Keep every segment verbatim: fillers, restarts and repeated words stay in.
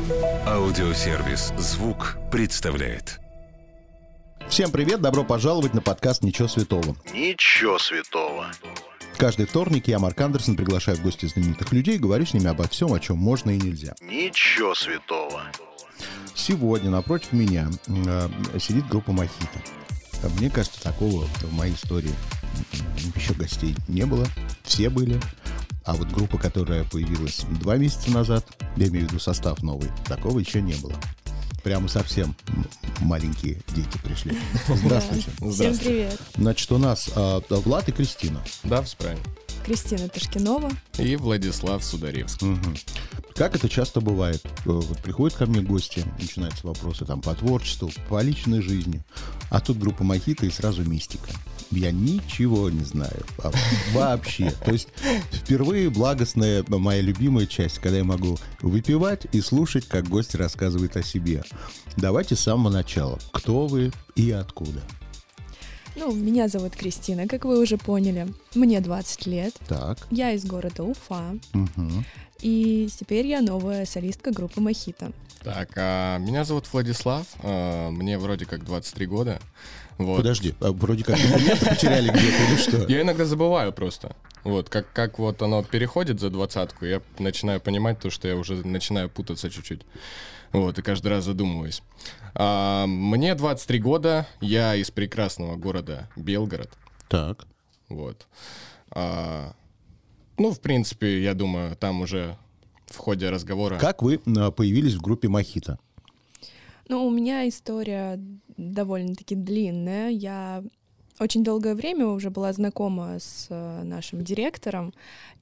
Аудиосервис «Звук» представляет. Всем привет, добро пожаловать на подкаст «Ничего святого». Ничего святого. Каждый вторник я, Марк Андерсон, приглашаю в гости знаменитых людей, говорю с ними обо всем, о чем можно и нельзя. Ничего святого. Сегодня напротив меня э, сидит группа «Мохито». Мне кажется, такого в моей истории еще гостей не было. Все были. А вот группа, которая появилась два месяца назад, я имею в виду состав новый, такого еще не было. Прямо совсем маленькие дети пришли. Здравствуйте. Всем привет. Значит, у нас а, Влад и Кристина. Да, правильно. Кристина Ташкинова. И Владислав Сударевский. Угу. Как это часто бывает? Вот приходят ко мне гости, начинаются вопросы там по творчеству, по личной жизни. А тут группа «Мохито» и сразу мистика. Я ничего не знаю. А вообще. То есть впервые благостная моя любимая часть, когда я могу выпивать и слушать, как гость рассказывает о себе. Давайте с самого начала. Кто вы и откуда? Ну, меня зовут Кристина, как вы уже поняли. Мне двадцать лет. Так. Я из города Уфа. Угу. И теперь я новая солистка группы «Мохито». Так, а меня зовут Владислав. А, мне вроде как двадцать три года. Вот. Подожди, а вроде как документы потеряли где-то или что? Я иногда забываю просто. Вот, как, как вот оно переходит за двадцатку, я начинаю понимать то, что я уже начинаю путаться чуть-чуть. Вот, и каждый раз задумываюсь. А, мне двадцать три года, я из прекрасного города Белгород. Так. Вот. А, ну, в принципе, я думаю, там уже в ходе разговора... Как вы а, появились в группе «Мохито»? Ну, у меня история довольно-таки длинная. Я очень долгое время уже была знакома с э, нашим директором,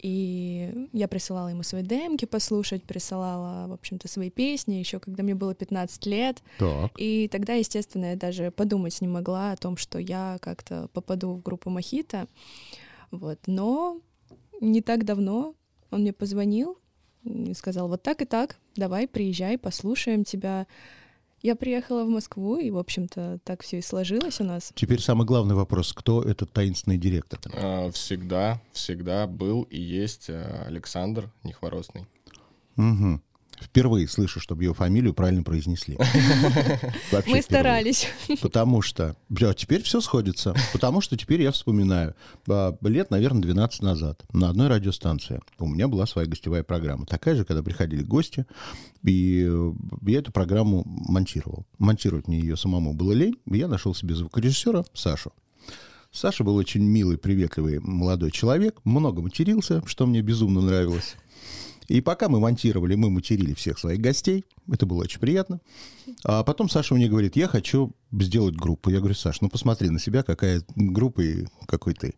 и я присылала ему свои демки послушать, присылала, в общем-то, свои песни, еще когда мне было пятнадцать лет. Так. И тогда, естественно, я даже подумать не могла о том, что я как-то попаду в группу «Мохито». Вот. Но не так давно он мне позвонил и сказал: вот так и так, давай, приезжай, послушаем тебя. Я приехала в Москву, и, в общем-то, так все и сложилось у нас. Теперь самый главный вопрос. Кто этот таинственный директор? А, всегда, всегда был и есть Александр Нехворостный. Угу. Впервые слышу, чтобы его фамилию правильно произнесли. Вообще Мы впервые. старались. Потому что... Бля, теперь все сходится. Потому что теперь я вспоминаю. Лет, наверное, двенадцать назад на одной радиостанции у меня была своя гостевая программа. Такая же, когда приходили гости, и я эту программу монтировал. Монтировать мне ее самому было лень. И я нашел себе звукорежиссера Сашу. Саша был очень милый, приветливый молодой человек. Много матерился, что мне безумно нравилось. И пока мы монтировали, мы материли всех своих гостей. Это было очень приятно. А потом Саша мне говорит: я хочу сделать группу. Я говорю: Саш, ну посмотри на себя, какая группа и какой ты.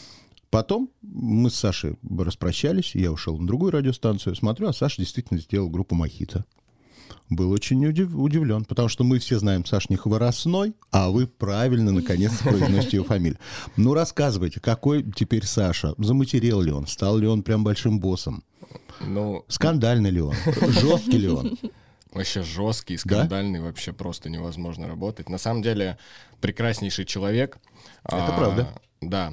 Потом мы с Сашей распрощались, я ушел на другую радиостанцию, смотрю, а Саша действительно сделал группу «Мохито». Был очень удив- удивлен, потому что мы все знаем Саш Нехворостной, а вы правильно, наконец, произносите его фамилию. Ну, рассказывайте, какой теперь Саша? Заматерел ли он? Стал ли он прям большим боссом? Ну, Скандальный ли он? Жесткий ли он? вообще жесткий, скандальный, да? Вообще просто невозможно работать. На самом деле, прекраснейший человек. Это а, правда. Да.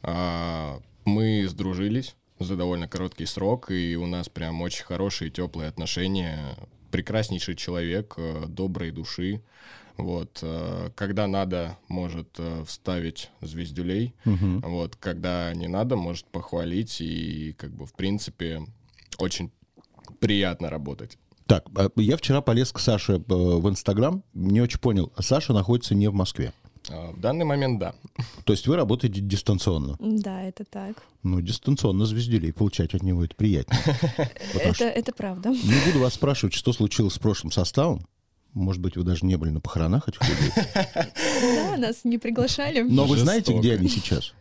А, мы сдружились за довольно короткий срок, и у нас прям очень хорошие, теплые отношения. Прекраснейший человек, доброй души. Вот. Когда надо, может вставить звездюлей. Угу. Вот. Когда не надо, может похвалить. И, как бы, в принципе, очень приятно работать. Так, я вчера полез к Саше в Инстаграм. Не очень понял. Саша находится не в Москве. В данный момент, да. То есть вы работаете дистанционно? Да, это так. Ну, дистанционно звездюлей получать от него это приятнее. Это, это правда. Не буду вас спрашивать, что случилось с прошлым составом. Может быть, вы даже не были на похоронах этих людей. Да, нас не приглашали. Но вы знаете, где они сейчас?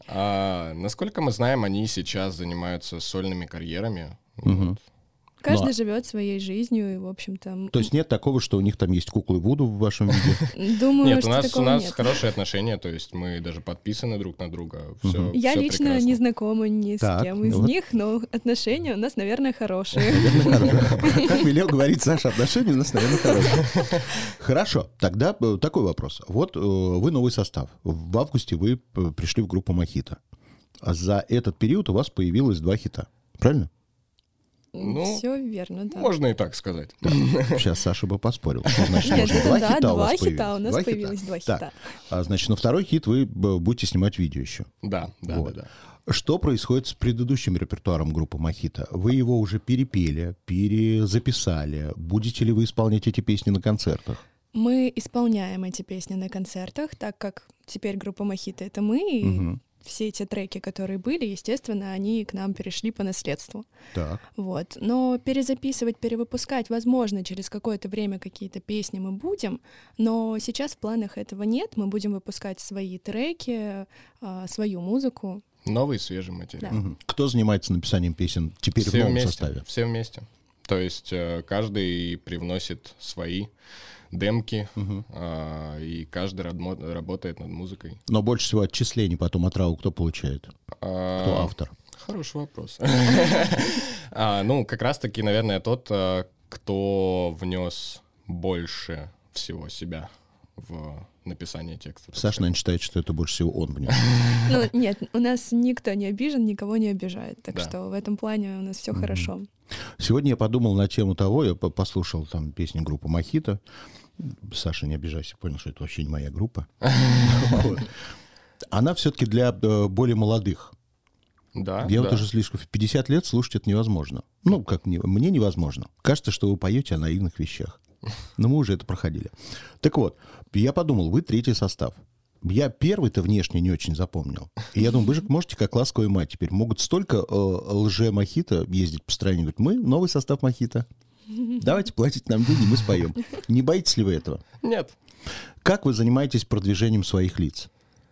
А, насколько мы знаем, они сейчас занимаются сольными карьерами. Угу. Вот. Каждый Ну, живет своей жизнью, и, в общем-то... То есть нет такого, что у них там есть куклы Вуду в вашем виде? Думаю, Нет, у что нас, у такого нас нет. хорошие отношения, то есть мы даже подписаны друг на друга. Все, Я все лично прекрасно. не знакома ни с Так, кем из вот. них, но отношения у нас, наверное, хорошие. Наверное, хорошо. Как велел говорить Саша, отношения у нас, наверное, хорошие. Хорошо, тогда э, такой вопрос. Вот э, вы новый состав. В августе вы п- пришли в группу «Мохито». А за этот период у вас появилось два хита. Правильно? Ну, Все верно, да. можно и так сказать. Сейчас Саша бы поспорил. Ну, значит, Нет, может, это два да, хита у два вас хита, появилось. у нас Два хита? появилось два Так, хита. а, значит, на второй хит вы б, будете снимать видео еще. Да, да, Вот. да, да. Что происходит с предыдущим репертуаром группы «Мохито»? Вы его уже перепели, перезаписали. Будете ли вы исполнять эти песни на концертах? Мы исполняем эти песни на концертах, так как теперь группа «Мохито» — это мы, и Мгм. все эти треки, которые были, естественно, они к нам перешли по наследству. Так. Вот. Но перезаписывать, перевыпускать, возможно, через какое-то время какие-то песни мы будем, но сейчас в планах этого нет. Мы будем выпускать свои треки, а, свою музыку. Новый свежий материал. Да. Мгм. Кто занимается написанием песен теперь в Все новом вместе. составе? Все вместе. То есть э, каждый привносит свои демки, Мгм. а, и каждый радмо- работает над музыкой. Но больше всего отчислений потом от РАУ кто получает? А, Кто автор? Хороший вопрос. А, Ну, как раз-таки, наверное, тот, а, кто внес больше всего себя в написание текста. так Саша, сказать. наверное, считает, что это больше всего он внес. Ну, нет, у нас никто не обижен, никого не обижает. Так Да. что в этом плане у нас все Мгм. хорошо. Сегодня я подумал на тему того, я по- послушал там песни группы «Мохито». Саша, не обижайся, понял, что это вообще не моя группа. Вот. Она все-таки для э, более молодых. Да, Я да. вот уже слишком в пятьдесят лет слушать это невозможно. Ну, как мне, мне невозможно. Кажется, что вы поете о наивных вещах. Но мы уже это проходили. Так вот, я подумал, вы третий состав. Я первый-то внешне не очень запомнил. И я думаю, вы же можете, как ласковая мать, теперь могут столько э, лже-мохито ездить по стране. Говорят, мы новый состав мохито. Давайте платить нам деньги, мы споем. Не боитесь ли вы этого? Нет. Как вы занимаетесь продвижением своих лиц?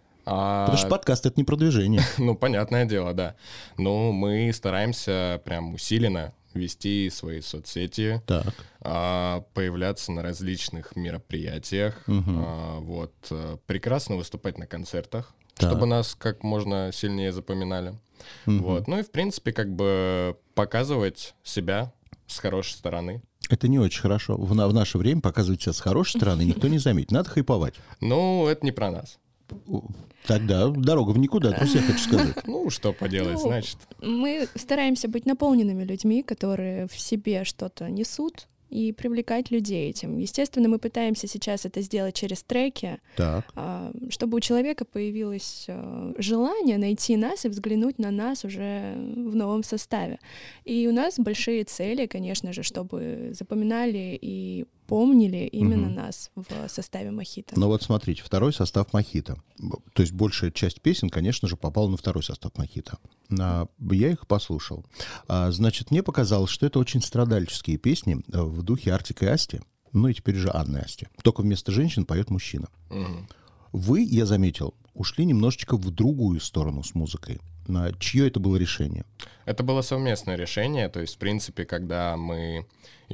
А, Потому что подкаст — это не продвижение. Ну, понятное дело, да. Но мы стараемся прям усиленно вести свои соцсети, Так. а, появляться на различных мероприятиях, Мгм. а, вот, а, прекрасно выступать на концертах, Так. чтобы нас как можно сильнее запоминали. Мгм. Вот. Ну и, в принципе, как бы показывать себя с хорошей стороны. Это не очень хорошо. В, на- в наше время показывать себя с хорошей стороны никто не заметит. Надо хайповать. Ну, это не про нас. У- Тогда дорога в никуда, просто я хочу сказать. Ну, что поделать, Ну, значит. Мы стараемся быть наполненными людьми, которые в себе что-то несут, и привлекать людей этим. Естественно, мы пытаемся сейчас это сделать через треки, Так. а, чтобы у человека появилось а, желание найти нас и взглянуть на нас уже в новом составе. И у нас большие цели, конечно же, чтобы запоминали и помнили именно Мгм. нас в составе «Мохито». Но вот смотрите, второй состав «Мохито». То есть большая часть песен, конечно же, попала на второй состав «Мохито». А, Я их послушал. А, Значит, мне показалось, что это очень страдальческие песни э, в духе Артика и Асти. Ну и теперь же Анны и Асти. Только вместо женщин поет мужчина. Мгм. Вы, я заметил, ушли немножечко в другую сторону с музыкой. На чье это было решение? Это было совместное решение, то есть, в принципе, когда мы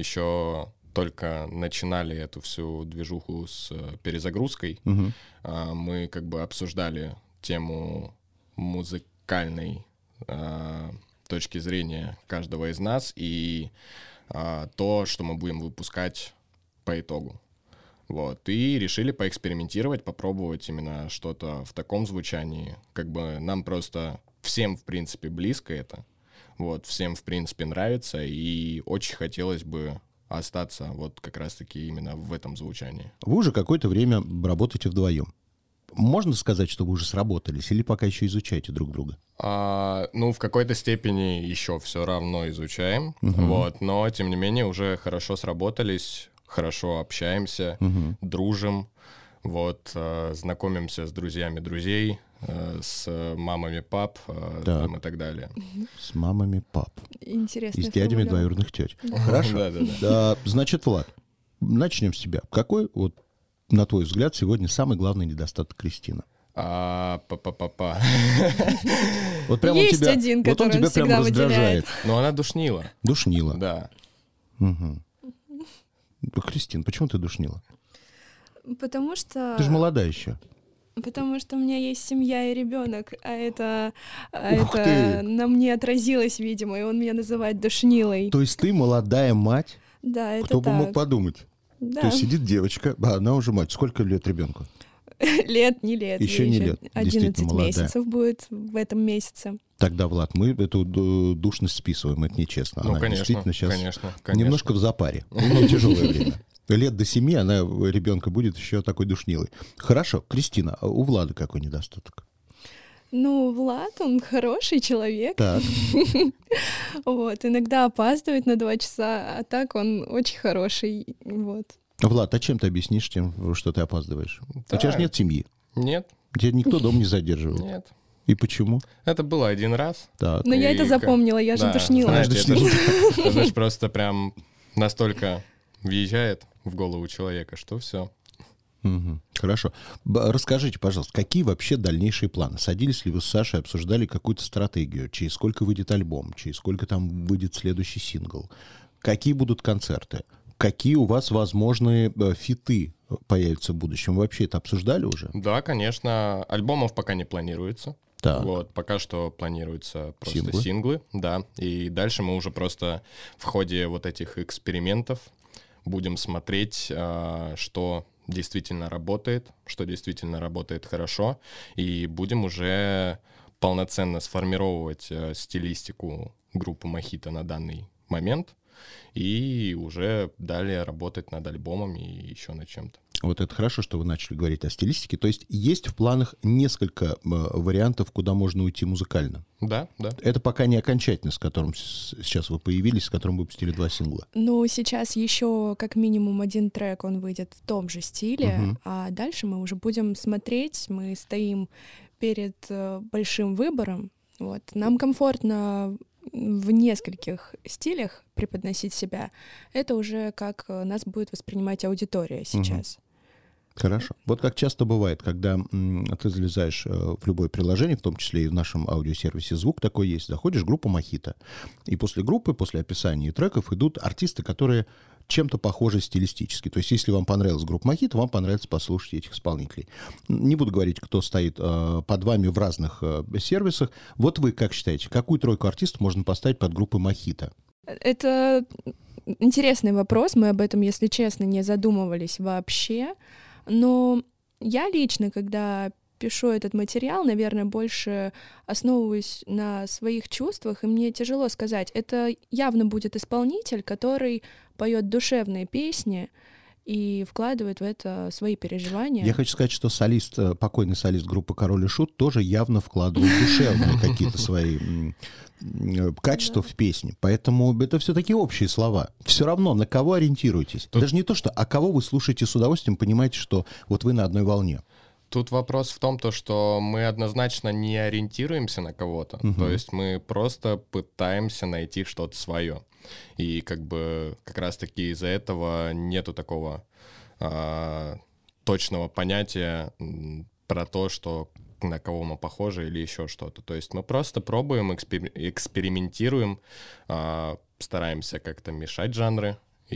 еще только начинали эту всю движуху с э, перезагрузкой, Мгм. а, мы как бы обсуждали тему музыкальной а, точки зрения каждого из нас и а, то, что мы будем выпускать по итогу. Вот. И решили поэкспериментировать, попробовать именно что-то в таком звучании. Как бы нам просто всем, в принципе, близко это. Вот. Всем, в принципе, нравится. И очень хотелось бы остаться вот как раз-таки именно в этом звучании. Вы уже какое-то время работаете вдвоем. Можно сказать, что вы уже сработались, или пока еще изучаете друг друга? А, ну, в какой-то степени еще все равно изучаем, Мгм. вот, но, тем не менее, уже хорошо сработались, хорошо общаемся, Мгм. дружим, вот, э, знакомимся с друзьями друзей, э, с мамами пап э, Так. там и так далее. С мамами пап. Интересная И с дядями формулировка. двоюродных теть. Хорошо. Да-да-да. Да, значит, Влад, начнем с тебя. Какой, вот, на твой взгляд, сегодня самый главный недостаток Кристины? А, па-па-па-па. Вот прям Есть он тебя, один, вот он который тебя он прям всегда раздражает. Но она душнила, Душнила. да. Мгм. Ну, Кристин, почему ты душнила? Потому что... Ты же молодая еще. Потому что у меня есть семья и ребенок, а это, а Ух это ты. на мне отразилось, видимо, и он меня называет душнилой. То есть ты молодая мать? Да, это Кто бы так. мог подумать? Да. То есть сидит девочка, а она уже мать. Сколько лет ребенку? Лет, не лет. Еще ей не лет. одиннадцать Действительно месяцев будет в этом месяце. Тогда, Влад, мы эту ду- душность списываем, это нечестно. Ну, Она конечно, действительно сейчас конечно, конечно. немножко в запаре. У нее тяжелое время. Лет до семи она, ребенка, будет еще такой душнилой. Хорошо, Кристина, а у Влада какой недостаток? Ну, Влад, он хороший человек. Так. Вот, иногда опаздывает на два часа, а так он очень хороший. Вот. Влад, а чем ты объяснишь тем, что ты опаздываешь? У тебя же нет семьи. Нет, Тебя никто дома не задерживает. нет. И почему? Это было один раз. Так. Но я И это как- запомнила, я же Да, душнила. знаете, Знаешь, это ж- это ж просто прям настолько въезжает в голову человека, что все. Мгм. Хорошо. Б- Расскажите, пожалуйста, какие вообще дальнейшие планы? Садились ли вы с Сашей, обсуждали какую-то стратегию? Через сколько выйдет альбом? Через сколько там выйдет следующий сингл? Какие будут концерты? Какие у вас возможные э, фиты появятся в будущем? Вы вообще это обсуждали уже? Да, конечно, альбомов пока не планируется. Так. Вот, пока что планируются просто Синглы. синглы. Да. И дальше мы уже просто в ходе вот этих экспериментов будем смотреть, а, что действительно работает, что действительно работает хорошо, и будем уже полноценно сформировать э, стилистику группы Мохито на данный момент, и уже далее работать над альбомами и еще над чем-то. Вот это хорошо, что вы начали говорить о стилистике. То есть есть в планах несколько э, вариантов, куда можно уйти музыкально. Да, да. Это пока не окончательно, с которым с- сейчас вы появились, с которым выпустили два сингла. Ну, сейчас еще как минимум один трек, он выйдет в том же стиле, Мгм. а дальше мы уже будем смотреть, мы стоим перед э, большим выбором. Вот. Нам комфортно в нескольких стилях преподносить себя. Это уже как э, нас будет воспринимать аудитория сейчас. Хорошо. Вот как часто бывает, когда м, ты залезаешь э, в любое приложение, в том числе и в нашем аудиосервисе «Звук» такой есть, заходишь в группу «Мохито», и после группы, после описания треков идут артисты, которые чем-то похожи стилистически. То есть если вам понравилась группа «Мохито», вам понравится послушать этих исполнителей. Не буду говорить, кто стоит э, под вами в разных э, сервисах. Вот вы как считаете, какую тройку артистов можно поставить под группой «Мохито»? Это интересный вопрос, мы об этом, если честно, не задумывались вообще. Но я лично, когда пишу этот материал, наверное, больше основываюсь на своих чувствах, и мне тяжело сказать. Это явно будет исполнитель, который поет душевные песни и вкладывает в это свои переживания. Я хочу сказать, что солист, э, покойный солист группы «Король и Шут» тоже явно вкладывал душевные какие-то свои м, м, качества в песни. Поэтому это все-таки общие слова. Все равно на кого ориентируетесь. Тут- Даже не то, что, а кого вы слушаете с удовольствием, понимаете, что вот вы на одной волне. Тут вопрос в том, то, что мы однозначно не ориентируемся на кого-то. Мгм. То есть мы просто пытаемся найти что-то свое. И как бы как раз-таки из-за этого нету такого а, точного понятия м, про то, что на кого мы похожи или еще что-то. То есть мы просто пробуем, экспер- экспериментируем, а, стараемся как-то мешать жанры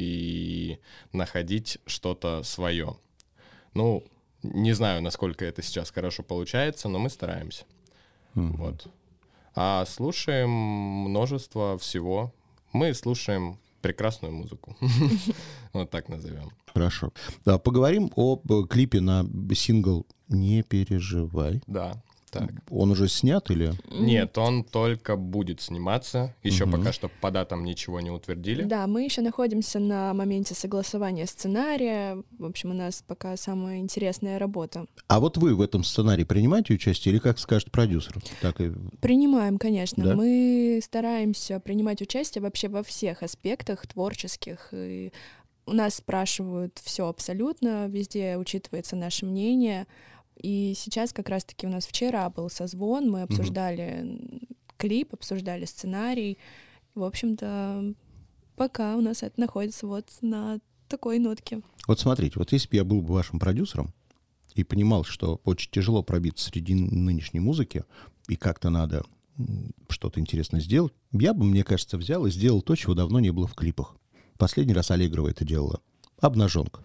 и находить что-то свое. Ну, не знаю, насколько это сейчас хорошо получается, но мы стараемся. Мгм. Вот. А слушаем множество всего. Мы слушаем прекрасную музыку. Вот так назовем. Хорошо. Да, поговорим о э, клипе на сингл «Не переживай». Да, так. Он уже снят или... Нет, он только будет сниматься. Еще Мгм. пока что по датам ничего не утвердили. Да, мы еще находимся на моменте согласования сценария. В общем, у нас пока самая интересная работа. А вот вы в этом сценарии принимаете участие или как скажет продюсер? Так и... Принимаем, конечно. Да? Мы стараемся принимать участие вообще во всех аспектах творческих. И у нас спрашивают все абсолютно, везде учитывается наше мнение. И сейчас как раз-таки у нас вчера был созвон, мы обсуждали клип, обсуждали сценарий. В общем-то, пока у нас это находится вот на такой нотке. Вот смотрите, вот если бы я был бы вашим продюсером и понимал, что очень тяжело пробиться среди нынешней музыки, и как-то надо м, что-то интересное сделать, я бы, мне кажется, взял и сделал то, чего давно не было в клипах. Последний раз Аллегрова это делала. Обнаженка.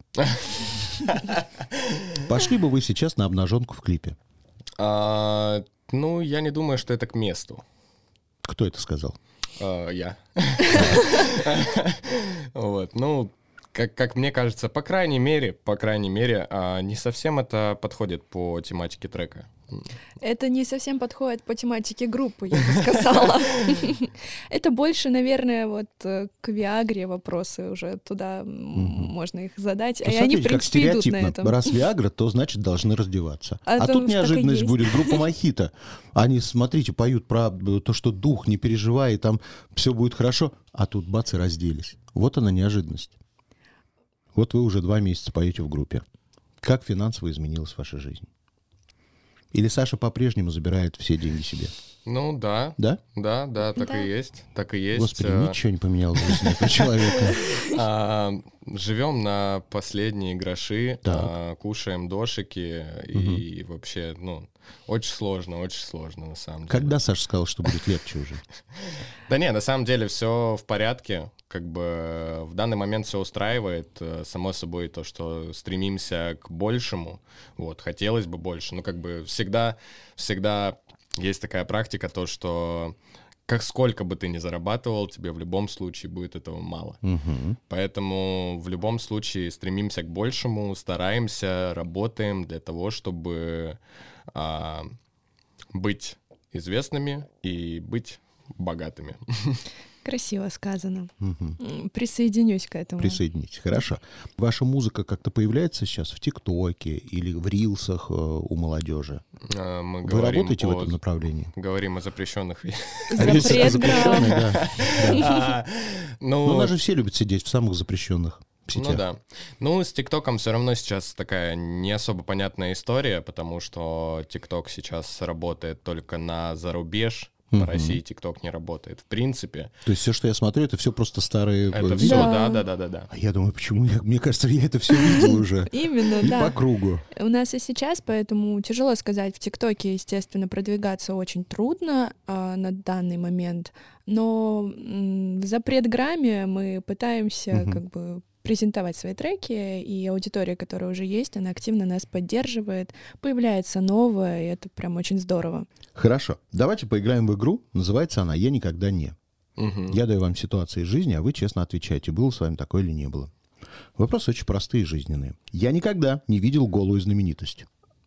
Пошли бы вы сейчас на обнаженку в клипе. А, ну, я не думаю, что это к месту. Кто это сказал? А, я. Вот, ну, как, как мне кажется, по крайней мере, по крайней мере, а, не совсем это подходит по тематике трека. Это не совсем подходит по тематике группы, я бы сказала. Это больше, наверное, вот к Виагре вопросы уже туда можно их задать. И они, в принципе, идут на этом. Раз Виагра, то значит должны раздеваться. А тут неожиданность будет. Группа Мохито. Они, смотрите, поют про то, что дух, не переживай, там все будет хорошо. А тут бац, и разделись. Вот она неожиданность. Вот вы уже два месяца поете в группе. Как финансово изменилась ваша жизнь? Или Саша по-прежнему забирает все деньги себе? Ну да. Да? Да, да, так Да. и есть. Так и есть. Господи, А, ничего не поменялось в жизни этого человека. а, Живем на последние гроши, Так. а, кушаем дошики, и вообще, ну, очень сложно, очень сложно на самом деле. Когда Саша сказал, что будет легче уже? Да не, на самом деле все в порядке. Как бы в данный момент все устраивает. Э, Само собой то, что стремимся к большему. Вот, хотелось бы больше. Но как бы всегда, всегда есть такая практика, то, что как сколько бы ты ни зарабатывал, тебе в любом случае будет этого мало. Мгм. Поэтому в любом случае стремимся к большему, стараемся, работаем для того, чтобы а, быть известными и быть богатыми. Красиво сказано. Мгм. М, Присоединюсь к этому. Присоединитесь. Хорошо. Ваша музыка как-то появляется сейчас в ТикТоке или в Рилсах э, у молодежи? А, Мы Вы говорим работаете в о- этом направлении? Говорим о запрещенных вещах. Запрет грамм. да. Да. А, Ну, Ну, у нас же все любят сидеть в самых запрещенных ну сетях. да. Ну, с ТикТоком все равно сейчас такая не особо понятная история, потому что ТикТок сейчас работает только на зарубеж. Мгм. По России ТикТок не работает. В принципе, То есть все, что я смотрю, это все просто старые это э, все, видео. Да. да, да, да, да, да. А я думаю, почему? Я- Мне кажется, я это все видел уже. Именно, И да. по кругу. У нас и сейчас, поэтому тяжело сказать. В ТикТоке, естественно, продвигаться очень трудно а, на данный момент, но м, в запретграмме мы пытаемся Мгм. как бы презентовать свои треки, и аудитория, которая уже есть, она активно нас поддерживает. Появляется новое, и это прям очень здорово. Хорошо. Давайте поиграем в игру. Называется она «Я никогда не». Мгм. Я даю вам ситуации из жизни, а вы честно отвечаете, было с вами такое или не было. Вопросы очень простые и жизненные. Я никогда не видел голую знаменитость.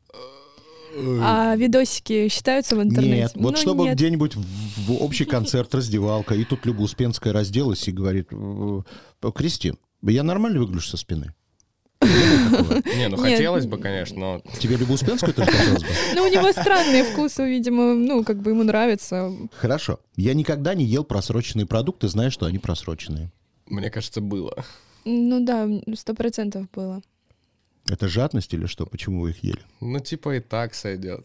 А видосики считаются в интернете? Нет, вот Ну, чтобы нет. где-нибудь в, в общий концерт, раздевалка, и тут Люба Успенская разделась и говорит: «Э, Кристин, я нормально выгляжу со спины?» Не было такого? Не, ну Нет. хотелось бы, конечно, но Тебе Любу Успенскую тоже хотелось бы? Ну, у него странные вкусы, видимо, ну, как бы ему нравится. Хорошо. Я никогда не ел просроченные продукты, зная, что они просроченные. мне кажется, было. Ну да, сто процентов было. Это жадность или что? Почему вы их ели? Ну, типа и так сойдет.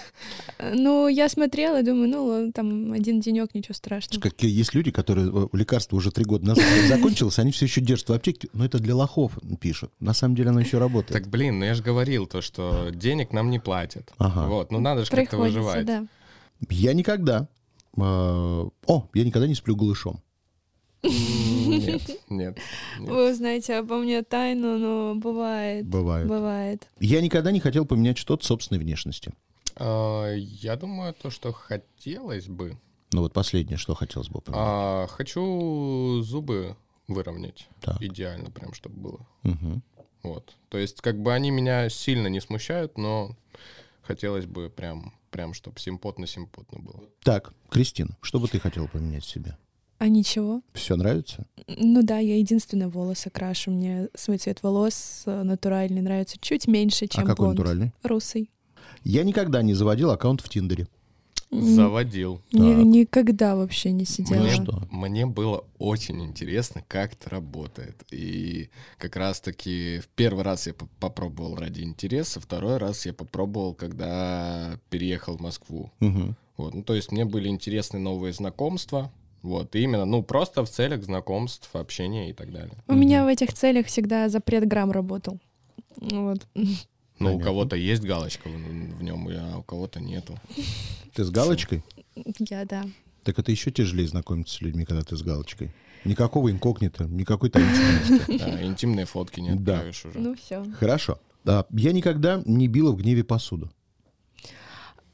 Ну, я смотрела и думаю, ну, там один денек, ничего страшного. Как есть люди, которые э, лекарство уже три года назад закончилось, они все еще держат в аптеке. Но это для лохов пишут. На самом деле оно еще работает. Так, блин, ну я же говорил то, что денег нам не платят. Ага. Вот, ну надо же как-то Приходится, выживать. да. Я никогда... э, О, я никогда не сплю голышом. М, Нет, нет. нет. Вы знаете обо мне тайну, но бывает. Бывает. Бывает. Я никогда не хотел поменять что-то собственной внешности. А, Я думаю, то, что хотелось бы. Ну вот последнее, что хотелось бы поменять. А, Хочу зубы выровнять. Так. Идеально прям, чтобы было. Мгм. Вот. То есть, как бы они меня сильно не смущают, но хотелось бы прям, прям чтобы симпотно-симпотно было. Так, Кристина, что бы ты хотела поменять в себе? А ничего? Все нравится? Ну да, я единственное волосы крашу. Мне свой цвет волос э, натуральный нравится чуть меньше, чем а какой блонд. натуральный? Русый. Я никогда не заводил аккаунт в Тиндере. Н- Заводил. ни- Так. никогда вообще не сидела. Ну Мне, что? мне было очень интересно, как это работает. И как раз-таки в первый раз я по- попробовал ради интереса, второй раз я попробовал, когда переехал в Москву. Мгм. Вот. Ну, то есть мне были интересны новые знакомства. Вот, и именно, ну, просто в целях знакомств, общения и так далее. У меня в этих целях всегда запрет грамм работал. Вот. Ну, у Понятно. кого-то есть галочка в, в нем, а у кого-то нету. Ты с галочкой? Я, да. Так это еще тяжелее знакомиться с людьми, когда ты с галочкой. Никакого инкогнито, никакой таинственности. Да, интимные фотки не Да. отправишь уже. Ну, все. Хорошо. А, я никогда не била в гневе посуду.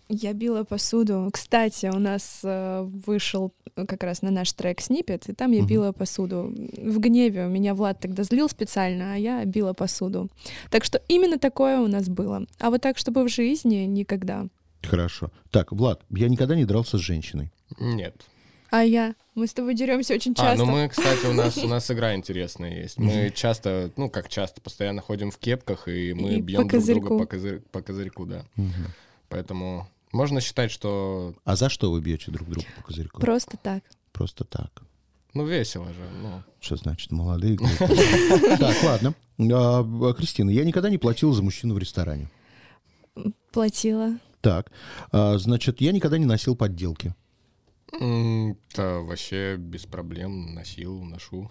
Я била посуду. Кстати, у нас э, вышел как раз на наш трек сниппет, и там я Мгм. била посуду. В гневе меня Влад тогда злил специально, а я била посуду. Так что именно такое у нас было. А вот так, чтобы в жизни, никогда. Хорошо. Так, Влад, я никогда не дрался с женщиной. Нет. А я? Мы с тобой деремся очень А, часто. ну мы, кстати, у нас у нас игра интересная есть. Мы часто, ну как часто, постоянно ходим в кепках, и мы И бьем по друг друга козырьку. по, козырь- по козырьку, да. Мгм. Поэтому можно считать, что, А за что вы бьете друг друга по козырьку? Просто так. Просто так. ну, весело же, ну. Что значит молодые? глупые? Так, ладно. А, Кристина, я никогда не платила за мужчину в ресторане. Платила. Так, а, значит, я никогда не носил подделки. М, Да, вообще без проблем носил, ношу.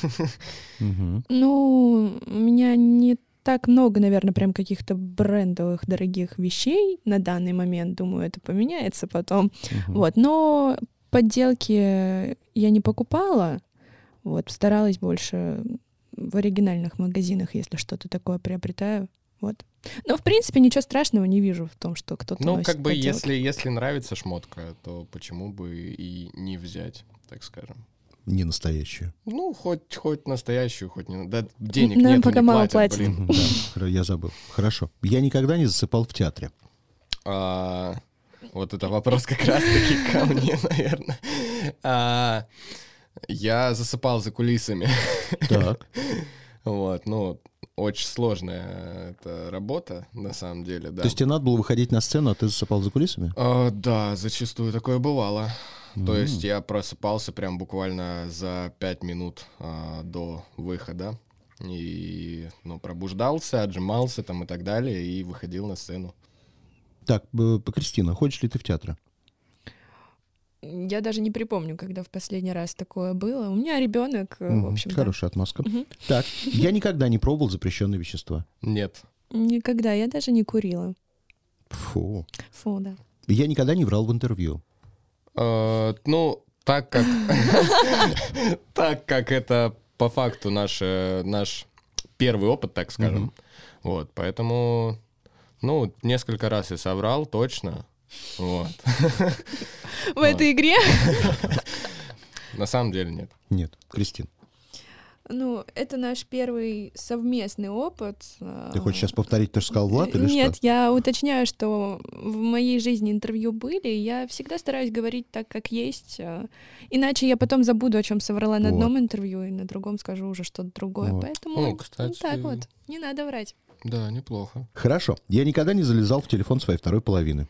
Мгм. Ну, у меня не так много, наверное, прям каких-то брендовых дорогих вещей на данный момент. Думаю, это поменяется потом. Мгм. Вот, но подделки я не покупала. Вот, старалась больше в оригинальных магазинах, если что-то такое приобретаю. Вот. Но, в принципе, ничего страшного не вижу в том, что кто-то Ну, носит как бы, подделки. если, если нравится шмотка, то почему бы и не взять, так скажем. Не настоящую. Ну, хоть, хоть настоящую, хоть не... Да, денег Нам нет, пока не мало платят, платят. блин. Мгм, да, хра- я забыл. Хорошо. Я никогда не засыпал в театре. А, вот это вопрос как раз-таки ко мне, наверное. А, я засыпал за кулисами. Так. Вот, ну, очень сложная эта работа, на самом деле, да. То есть тебе надо было выходить на сцену, а ты засыпал за кулисами? А, да, зачастую такое бывало. То М. есть я просыпался прям буквально за пять минут а, до выхода. И, ну, пробуждался, отжимался там и так далее, и выходил на сцену. Так, б- Кристина, ходишь ли ты в театры? Я даже не припомню, когда в последний раз такое было. У меня ребенок, в Мгм, общем, да. Хорошая отмазка. Мгм. Так, я никогда не пробовал запрещенные вещества. Нет. Никогда, я даже не курила. Фу. Фу, да. Я никогда не врал в интервью. Э, ну, так как... Так как это по факту наш, э, наш первый опыт, так скажем. Вот, поэтому... Ну, несколько раз я соврал, точно. Вот. В этой игре? На самом деле нет. Нет, Кристин, Ну, это наш первый совместный опыт. ты хочешь сейчас повторить то, что сказал Влад, или Нет, что? я уточняю, что в моей жизни интервью были, и я всегда стараюсь говорить так, как есть. а, Иначе я потом забуду, о чем соврала на Вот. одном интервью, и на другом скажу уже что-то другое. Вот. Поэтому Ну, ну, кстати, так вот, не надо врать. Да, неплохо. Хорошо. Я никогда не залезал в телефон своей второй половины.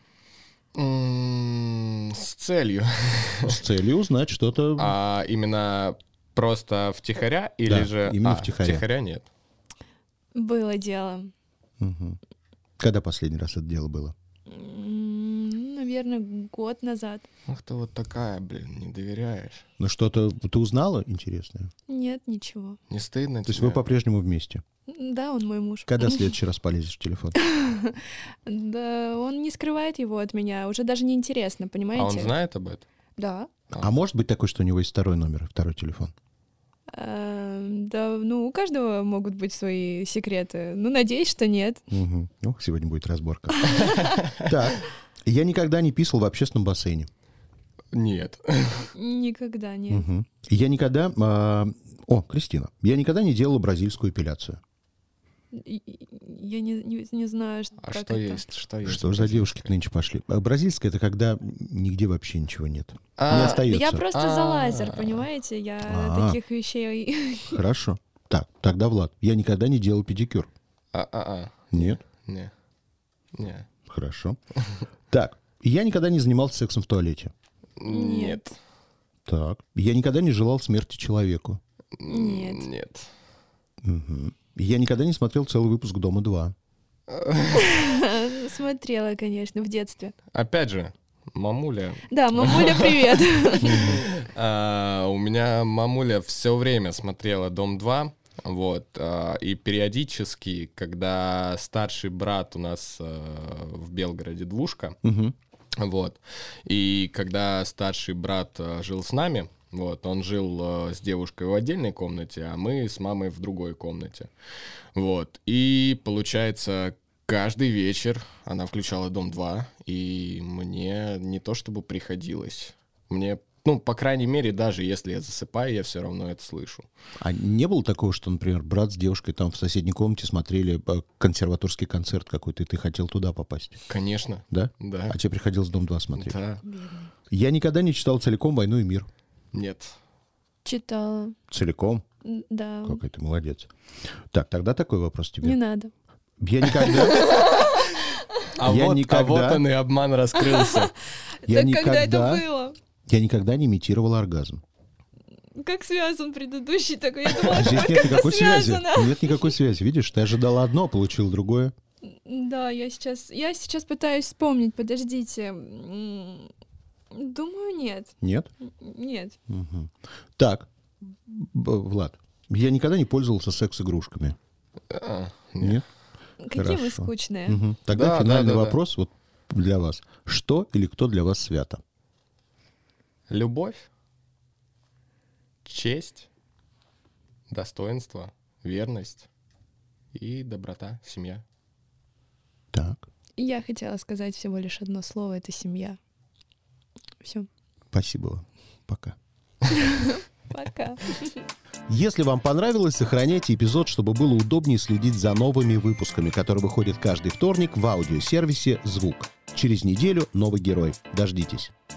М, С целью. С целью узнать что-то. А именно просто втихаря или Да, же... именно а, втихаря. Втихаря нет. Было дело. Мгм. Когда последний раз это дело было? М, Наверное, год назад. Ах ты вот такая, блин, не доверяешь. Ну что-то ты узнала интересное? Нет, ничего. Не стыдно То есть тебе? вы по-прежнему вместе? Да, он мой муж. Когда в следующий раз полезешь в телефон? Да, он не скрывает его от меня. Уже даже не интересно, понимаете? А он знает об этом? Да. А может быть такое, что у него есть второй номер, второй телефон? Эм, Да, ну, у каждого могут быть свои секреты. Ну, надеюсь, что нет. Мгм. Ну, сегодня будет разборка. Так. Я никогда не писал в общественном бассейне. Нет. Никогда нет. Мгм. Я никогда... а, О, Кристина. Я никогда не делала бразильскую эпиляцию. И- и- Я не, не, не знаю, ш- А как что это. есть? Что есть? Что же за девушки нынче пошли? А бразильская — это когда нигде вообще ничего нет. Не А, остается. Я просто за А. лазер, понимаете? Я А. таких вещей... Хорошо. Так, тогда, Влад, я никогда не делал педикюр. а-а-а. Нет? Не. Не. Хорошо. Так, я никогда не занимался сексом в туалете. Нет. Так. Я никогда не желал смерти человеку. Нет. Нет. Мгм. Я никогда не смотрел целый выпуск «Дома-два». Смотрела, конечно, в детстве. Опять же, мамуля. Да, мамуля, привет. А, у меня мамуля все время смотрела «Дом два». Вот, а, и периодически, когда старший брат у нас а, в Белгороде двушка, Мгм. вот, и когда старший брат а, жил с нами, вот, он жил а, с девушкой в отдельной комнате, а мы с мамой в другой комнате, вот, и получается, Каждый вечер она включала «Дом-два», и мне не то чтобы приходилось. Мне, ну, по крайней мере, даже если я засыпаю, я все равно это слышу. А не было такого, что, например, брат с девушкой там в соседней комнате смотрели консерваторский концерт какой-то, и ты хотел туда попасть? Конечно. Да? Да. А тебе приходилось «Дом-два» смотреть? Да. Я никогда не читал целиком «Войну и мир». Нет. Читала. Целиком? Да. Какой ты молодец. Так, тогда такой вопрос тебе. Не надо. Я никогда... А, Я вот, никогда- а вот он и обман раскрылся. Я Так когда это никогда... было? Я никогда не имитировал оргазм. Как связан предыдущий такой? Я думала, А здесь как нет это никакой связи. связано. Нет никакой связи. Видишь, ты ожидала одно, а получил другое. Да, я сейчас, я сейчас пытаюсь вспомнить. Подождите. М, Думаю, нет. Нет? Нет. Мгм. Так, Б- Влад, я никогда не пользовался секс-игрушками. А, Нет? Какие вы Хорошо. скучные. Мгм. Тогда Да, финальный да, да, да. вопрос вот для вас. Что или кто для вас свято? Любовь, честь, достоинство, верность и доброта, семья. Так, Я хотела сказать всего лишь одно слово — это семья. Все. спасибо вам. Пока. Пока. Если вам понравилось, сохраняйте эпизод, чтобы было удобнее следить за новыми выпусками, которые выходят каждый вторник в аудиосервисе «Звук». Через неделю новый герой. Дождитесь.